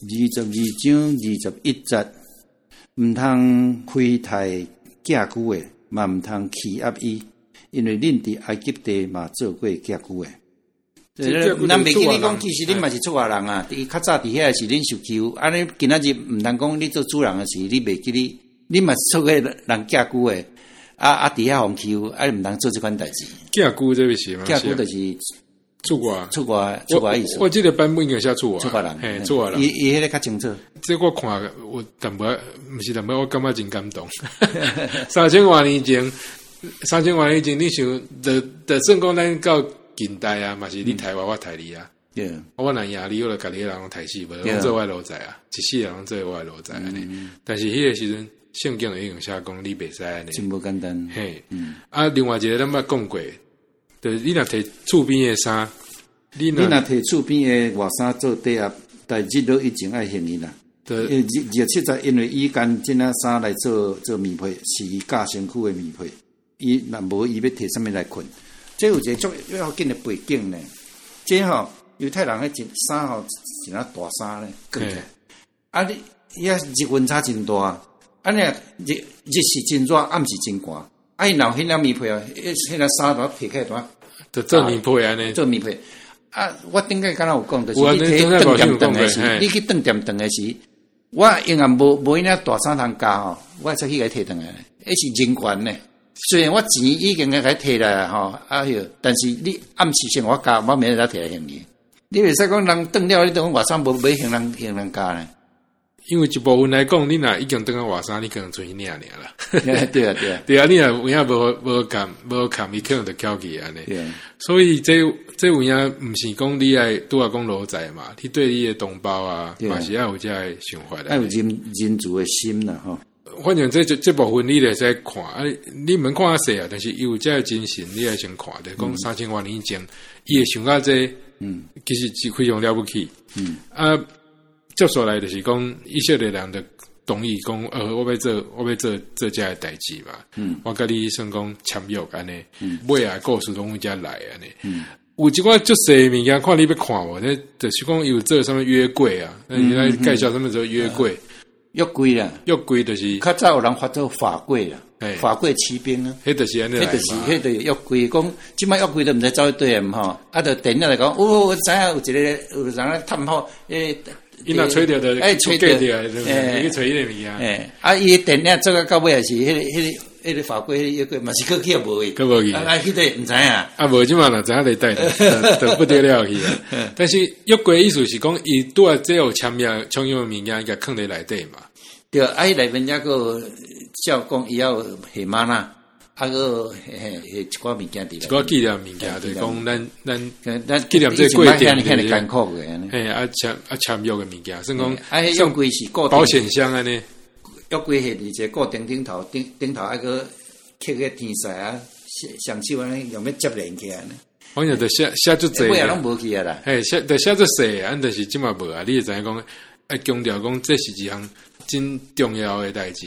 22章21节，毋通亏待寄居的。嘛毋通欺压伊，因为恁伫埃及地嘛做过寄居的。咱袂记你讲，其实恁嘛是厝外人啊。伊较早伫遐是恁受欺负，安尼今仔日毋通讲你做主人的时，你袂记恁嘛做过人寄居的。伫遐互欺负，毋通做即款代志。 寄居这个是嘛？ 寄居就是厝外意思。 我记得版本应该写厝外。 厝外人， 嘿，厝外人。 伊迄个较清楚。 这我看我淡薄，毋是淡薄，我感觉真感动。3000多年前，你想，就算讲咱到近代啊，嘛是你抬我抬你啊。我南亚你我就家己人抬死，无拢做我奴才啊，一世人做我奴才安尼。但是迄个时阵，圣经已经写讲你袂使安尼。 真无简单。 嘿，另外一个咱捌讲过，就是你若摕厝边的衫，你若摕厝边的外衫做底下，但日落以前爱行伊啦。270，因为伊干即仔衫来做棉被，是伊架身躯的棉被。伊若无伊要摕啥物来困？这有一个足要紧的背景呢。这犹太人迄衫是那大衫咧，卷起来。你遐日温差真大，安尼日是真热，暗是真寒。伊若迄领棉被啊，迄个衫都摕起来怎？ 就做棉被安尼。 做棉被。我顶个敢若有讲，就是你摕顿点顿的时，你去顿点顿的时。我因为无迄领大衫通加吼，我出去甲摕转来，迄是人权呢。虽然我钱已经甲摕来吼，但是你暗时先我加，我免得摕来用你。你袂使讲人转了，你当外衫无行人加呢？ 因为一部分来讲，你若已经转到外衫，你可能存去领啦。 对啊， 你若有影无扛，伊可能就翘起安尼。所以这有影毋是讲你爱拄啊讲奴才嘛，你对你的同胞啊，嘛是爱有这个想法的， 爱有人族的心啦吼。 反正这部分你会使看，你免看细啊，但是有这个精神，你爱先看的。讲3000多年前，伊会想到这，其实是非常了不起。接下来就是讲，以色列人的同意讲，我要做这家的代志嘛。我甲你算讲签约安尼，尾啊故事拢有遮来安尼。有一寡足细物件，看你要看无？那就是讲有做什么约柜啊？那你来介绍什么叫约柜？ 约柜啦， 约柜就是较早有人发做法柜啦，法柜骑兵啊， 迄就是安尼来嘛。 迄就是约柜，讲即摆约柜都毋知走去对毋吼，就电话来讲，我知影有一个有人咧探讨， 伊若吹着的，吹着的，去吹迄个物件。 伊电话做到尾也是迄个法柜，迄个约柜嘛是去无去， 去无去。 迄个毋知影。 无即嘛若知影来带就不得了去啊。但是约柜意思是讲，伊拄啊只有签约创用物件，甲放伫内底嘛。 对，伊内面遐个照讲，伊要下马啦，个一寡物件伫咧， 一寡纪念物件，就是讲咱纪念这过程， 很艰苦嘅。 签约嘅物件，算讲约柜是固定保险箱安尼， 约柜係一個固定頂頭一個刻個天使啊，上手安尼用要接連起來呢。 反正就寫足濟， 尾啊攏無去啊啦。 寫足細，但是即嘛無啊。你會知影講，強調講這是一項真重要嘅代志，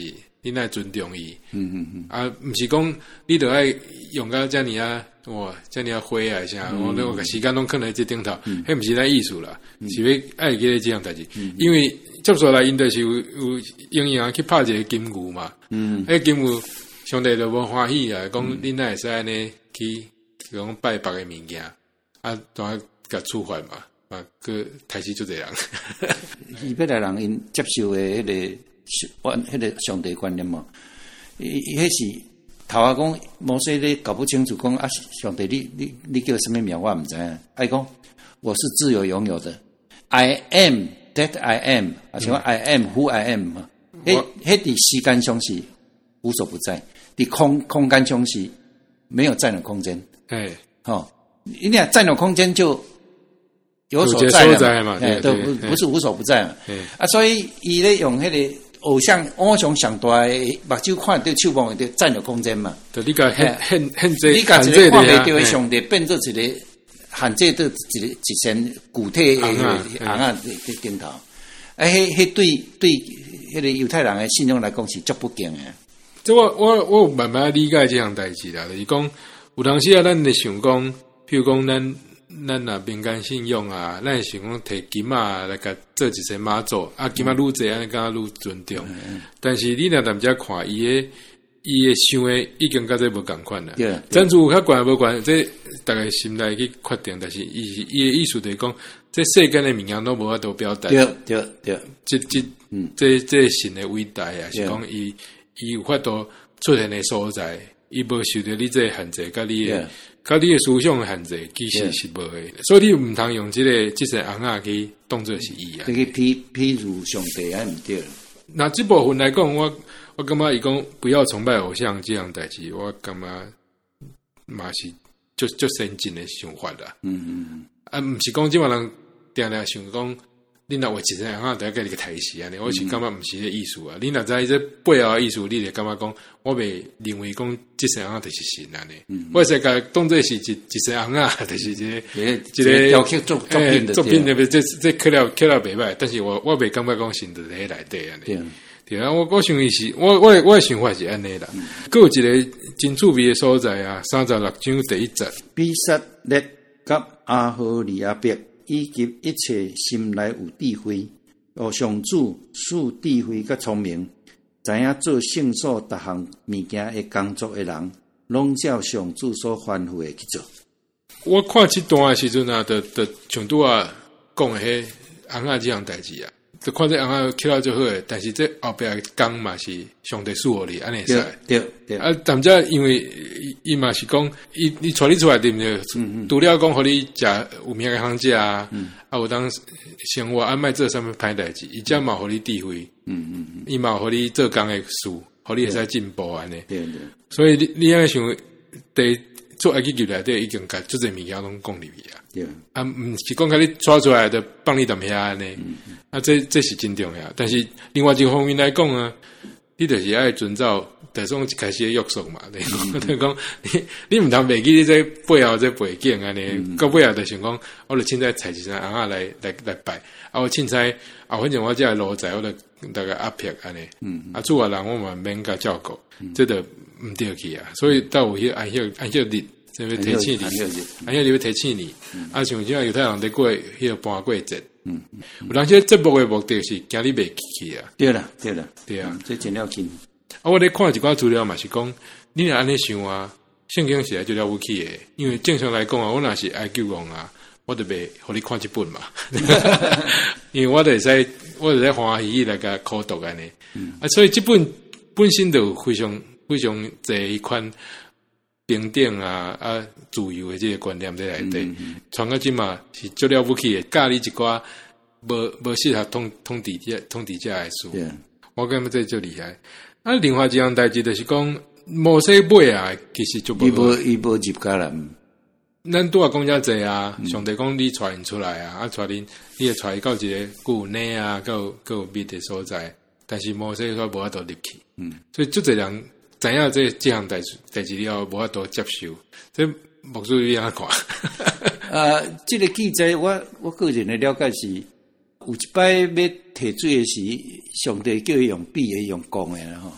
你爱尊重伊。啊，毋是讲你著爱用到遮尔啊，哇，遮尔啊花啊啥，我个时间拢囥在这顶头，迄毋是咱意思啦，是要爱记咧这样代志。因为接下来因就是有用用去拍一个金牛嘛，迄金牛上帝就无欢喜啊，讲你哪会使安尼去讲拜别个物件，啊，当然甲处罚嘛。啊，个台西就这样。 伊要来人因接受的迄个上帝观念嘛，迄是头下讲摩西咧搞不清楚，讲啊，上帝你叫什么名我毋知影。爱讲我是自由拥有的 ，I am that I am， 而且I am who I am 嘛。迄伫时间上是无所不在，伫空间上是没有占有空间。你俩占有空间就有所在嘛，都不是无所不在嘛。啊，所以伊咧用迄个偶像上大的目睭看到手摸的占有空间嘛。 就你个很这， 你甲一个看袂到的上帝变做一个限制到一线具体的红啊顶头。啊，迄对迄个犹太人的信仰来讲是足不敬的。 这我慢慢理解这项代志啦，就是讲有当时啊，咱咧想讲，譬如讲咱啊民间信仰啊，咱想讲摕金啊来甲做一些妈祖啊，金啊愈济安尼敢愈尊重。但是你若踮遮看伊诶想诶，已经甲这无共款啦。赞助有较悬无悬，这大家心内去决定。但是伊诶意思就是讲，这世间诶物件拢无法度表达。 对， 这神诶伟大啊，是讲伊有法度出现诶所在，伊无受到你这限制，甲你诶思想诶限制，其实是无诶。所以你毋通用即些红仔去当作是伊啊。 这个譬如上帝还毋对。 那这部分来讲，我感觉伊讲不要崇拜偶像这样代志，我感觉嘛是足先进的想法啦。啊，毋是讲即马人定定想讲。你若话一世人啊，得甲你个台词安尼，我是感觉毋是这意思啊。你若知这背后的意思，你就感觉讲，我袂认为讲这世人啊就是神安尼。我是甲当作是一世人啊，就是一个雕刻作品那边这刻了袂歹，但是我袂感觉讲神在迄内底安尼。对啊，我想伊是我的想法是安尼啦。佫有一个真趣味的所在啊，36章第1节， 比撒列甲阿荷利亚伯。以及一切心内有智慧，上主赐智慧甲聪明，知影做圣所逐项物件的工作的人，拢照上主所吩咐的去做。 我看这段的时阵啊，就像拄啊讲的迄红仔这样代志啊，就看这红仔起到最好诶，但是这后壁的工嘛是上帝赐予你安尼使。对。啊，但这因为伊嘛是讲，伊带你出来对不对？除了讲互你食有名的行食啊，啊有当生活安排做啥物歹代志，伊则嘛互你智慧。伊嘛互你做工的事，互你会使进步安尼。对。所以你安尼想，第做埃及记内底已经甲足侪物件拢讲入去啊。对。啊，毋是讲甲你抓出来的放你踮遐安尼。啊，这是真重要。但是另外一方面来讲啊，你就是爱遵照第种一开始的约束嘛。就是讲你毋通袂记你这背后这背景安尼，到尾后就想讲，我就凊彩采一只红仔来拜。啊，我凊彩啊，反正我这路在，我就大概压迫安尼。啊，厝外人我嘛免甲照顾，这就毋对去啊。所以到有迄安息日。这要提醒你，安息日要提醒你。啊，像即犹太人伫过迄个搬过节。有当时节目的目的是惊你袂记去啊。对啊， 这真了紧。 啊，我咧看一寡资料嘛，是讲你若安尼想啊，圣经是来就了不起诶。因为正常来讲啊，我若是爱救亡啊，我就袂互你看这本嘛。因为我就会使欢喜来甲考读安尼。啊，所以这本身就非常非常侪一款。平等啊自由的这个观念在内底，传到今嘛是足了不起的，教你一寡无适合统治者的事。我感觉这足厉害。啊，另外一样代志就是讲，摩西尾啊，其实就伊无入家啦。 咱拄啊讲遮济啊，上帝讲你带因出来啊，带你会带伊到一个有内啊，有密的所在，但是摩西说无法度入去。所以足侪人。知影这项代志了，无法度接受，这牧师你安看？ 这个记载我个人的了解是，有一摆要提水的时，上帝叫伊用笔的，用讲的啦吼。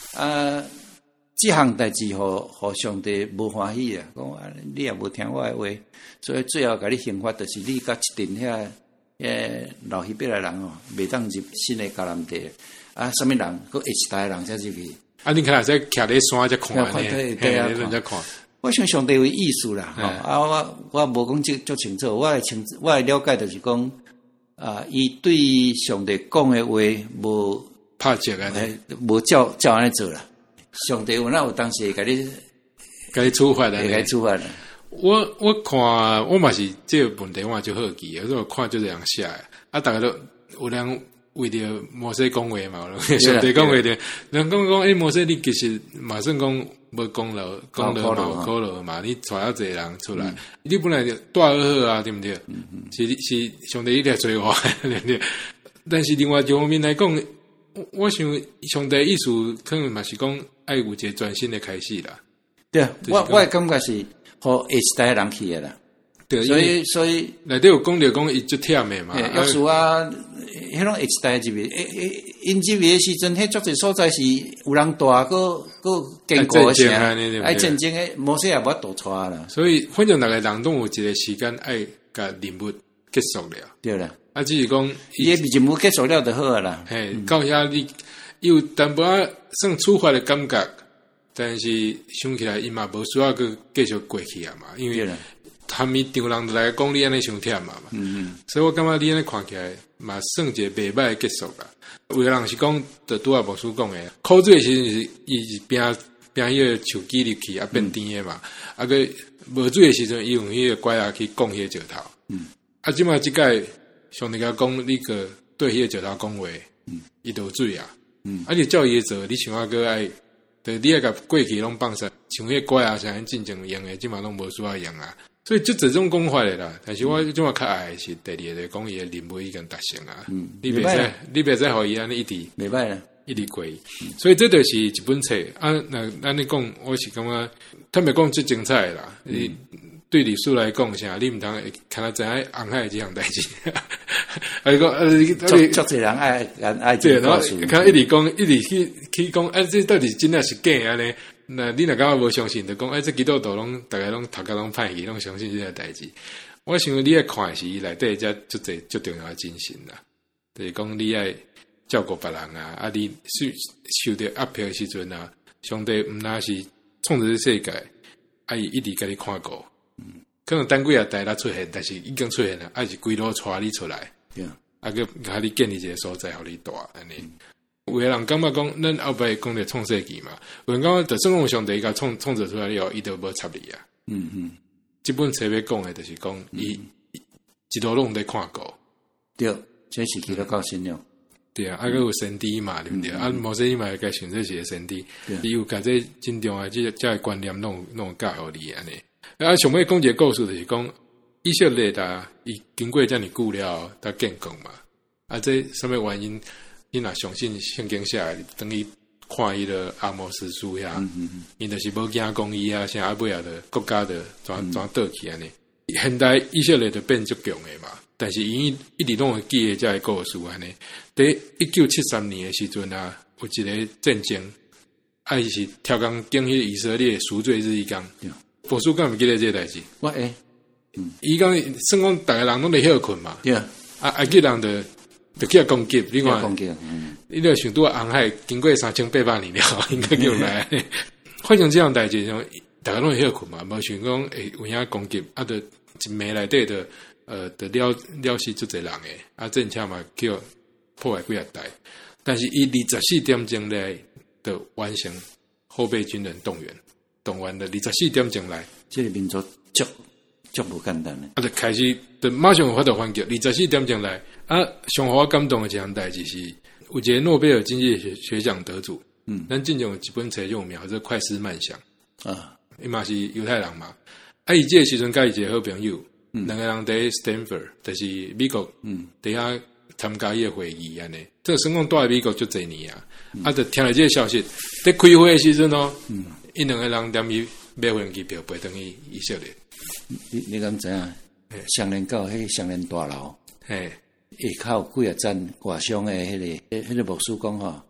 这项代志互上帝无欢喜啊！讲你也无听我的话，所以最后甲你刑罚，就是你甲一群老希伯来人哦，袂当入新的迦南地啊！什么人？佫下一代人才入去。 啊，你看啊，在徛咧山才看呢， 对啊， 人家看。 我想上帝有意思啦，我无讲足清楚，我的了解就是讲伊对上帝讲的话无拍折啊， 无照安尼做啦。上帝有哪有当时会甲你处罚的， 给处罚的。 我看我嘛是这个问题，我就好奇，有时候看就这样写的，啊，大家都有人为着摩西讲话嘛，上帝讲话的，人讲摩西你其实马上讲无功劳嘛，有功劳嘛，你带了这人出来，你本来就大好啊，对不对？是上帝一直追我，对不对？但是另外一方面来讲，我想上帝意思可能嘛是讲爱有一个全新的开始啦。 对啊，我的感觉是互下一代人去的啦。对，所以内底有讲着讲伊足忝的嘛。 约书亚迄种下一代入面，因入面的时阵，迄足侪所在是有人大，个坚固的城，爱战争的，摩西也无法度带啦。 所以反正大家人都有一个时间爱甲任务结束了。 对啦。 啊，只是讲伊任务结束了就好啊啦。 嘿，到遐你有淡薄仔算处罚的感觉，但是想起来伊嘛无需要去继续过去啊嘛，因为他们场人就来讲你安尼伤忝嘛。所以我感觉你安尼看起来嘛算一个袂歹的结束啦。有个人是讲，就拄仔牧师讲的，考水的时阵是伊是拼迄个树枝入去啊变甜的嘛，啊个无水的时阵伊用迄个拐啊去讲迄个石头。啊，即马即届上帝甲讲你个对迄个石头讲话，伊就有水啊。啊，你照伊做，你想要个爱，就你爱甲过去拢放下，像迄拐啊，像进前用的，即马拢无需要用啊。所以就这种讲法的啦。但是我即马较爱的是第二个讲伊的任务已经达成啊。你别再互伊安尼一直袂歹啦， 一直过。所以这就是一本册啊。那安尼讲，我是感觉坦白讲最精彩的啦。你对历史来讲，啥你毋通看到知影红海这项代志。啊， 足侪人爱对，然后看一直讲，一直去讲，这到底真的是假安尼？那你若感觉无相信，就讲这基督徒拢大家拢头壳拢歹去，拢相信这个代志。我想你爱看的是内底只足侪足重要的精神啦，就是讲你爱照顾别人啊，啊你受到压迫的时阵啊，上帝毋那是创造这世界，啊伊一直甲你看顾。可能等几啊代啦出现，但是已经出现了，还是规路带你出来，啊个甲你建立一个所在，互你住安尼。有个人感觉讲，咱后摆讲着创世纪嘛，有人讲，就算讲上帝甲创造出来了，伊都无插你啊。这本册要讲的，就是讲伊一路拢在看顾。 对，这是基督教信仰。 对啊，还有神谛嘛，对不对？摩西嘛该选择是神谛，伊有甲这真重要这个观念弄教互你安尼。啊，上尾讲一个故事就是讲，以色列他伊经过遮尔久了，他建国嘛。啊，这什么原因？你若相信圣经写的，等于看伊个阿摩司书遐，伊就是无惊讲伊啊，像阿尾啊的国家的全倒去安尼。现代以色列就变足强的嘛，但是伊一直拢会记得遮个故事安尼。在1973年的时阵啊，有一个战争，伊是超工经迄以色列赎罪日一工。博士敢毋记得这个代志？ 我伊讲算讲大家人拢在休困嘛。 对啊， 埃及人就去攻击，你看，你著想拄红海经过3800年了，应该叫来。发生这样代志，大家拢会休困嘛，无想讲会有影攻击，啊，就一暝内底的了死足侪人诶，啊，战车嘛叫破坏几啊台，但是伊24点钟来就完成后备军人动员的24点钟来， 这个民族足无简单诶。 啊，就开始就马上有法度反击，24点钟来。啊，上互我感动的一项代志是，有一个诺贝尔经济学奖得主，咱进前有一本册就有名，叫做《快思慢想》啊，伊嘛是犹太人嘛，啊，伊这个时阵甲伊一个好朋友，两个人在 Stanford， 就是美国，底下参加伊个会议安尼，这个算讲住在美国足侪年啊，啊，就听了这个消息，在开会的时阵哦，因两个人踮伊买飞机票飞转去以色列。 你敢知影？双连到迄双连大楼， 嘿。 下口几啊站外商诶，迄个牧师讲吼，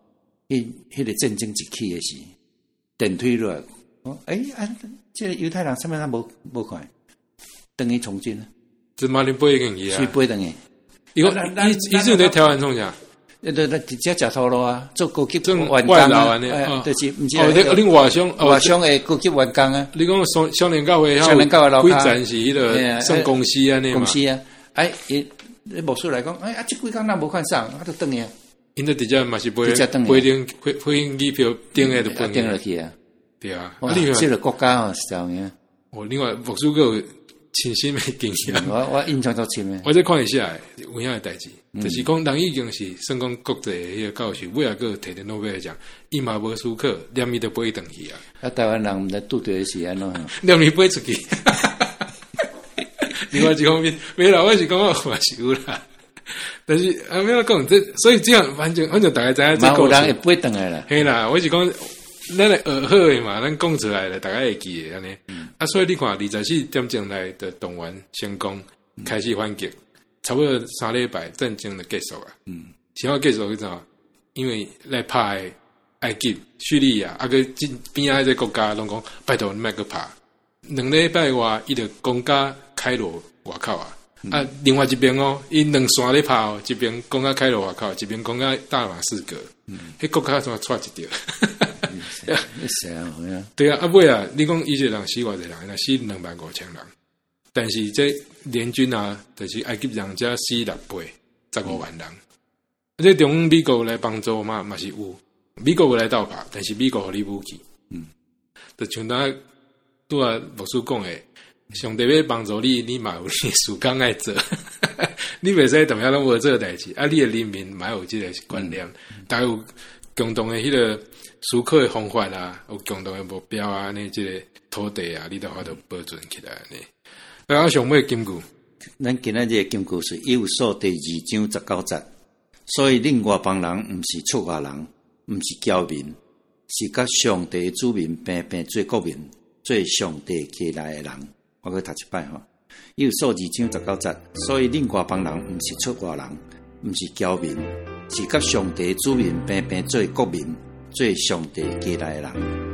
迄个战争一起的时，电梯落来，这个犹太人啥物咱无看，等于从军， 这马林飞进去啊， 所以飞等于。 伊阵在台湾创啥？ 直接食头路啊，做高级外劳啊， 就是毋是恁外商的高级员工啊。 你讲少年教会，几站是迄个算公司安尼嘛？ 公司啊，你无数来讲，这几工咱无看上，就等于。 因在直接嘛是飞机票订的就订落去啊。 对啊， 这个国家哦是这样。 另外牧师个亲身的经验， 我印象都深诶。 我再看一下有影诶代志，就是讲人已经是算讲国际迄个教授，尾啊个摕着诺贝尔奖，伊嘛无思考，连伊都飞转去啊。 台湾人毋知拄着是安怎， 连伊飞出去。另外一方面，没啦，我是讲我是有啦。但是没有讲这，所以这样反正大家知影这个。有人会飞转来啦。 嘿啦，我是讲。咱来学好诶嘛，咱讲出来了，大家会记诶安尼。所以你看，24点钟来的动员成功开始反击，差不多3礼拜战争就结束啊。想要结束是怎？因为来拍埃及、叙利亚，个边仔这国家拢讲拜托你莫去拍。2礼拜外，伊就攻加开罗外口啊。另外一边伊2线咧拍哦，一边攻加开罗外口，一边攻加大马士革。迄国家怎错一条？对啊，尾啊，你讲以色列人死偌济人，那死25000人，但是这联军啊，就是埃及人家死6倍，15万人。这中美国来帮助嘛是有，美国来斗拍，但是美国互你武器，就像咱拄啊牧师讲诶，上帝要帮助你，你嘛有你事工爱做，你袂使同样拢无做代志，你诶人民嘛有即个观念，大家有共同诶迄个思考诶方法啊，有共同诶目标啊，呢即个土地啊，你都法度保存起来呢。啊，上尾金句， 咱今仔日诶金句是《以弗所》第2章19节，所以恁外邦人毋是出外人，毋是侨民，是甲上帝诶子民平平做国民，做上帝起来诶人。我去读一摆吼，《以弗所》2章19节，所以恁外邦人毋是出外人，毋是侨民，是甲上帝诶子民平平做国民。做上帝寄来的人。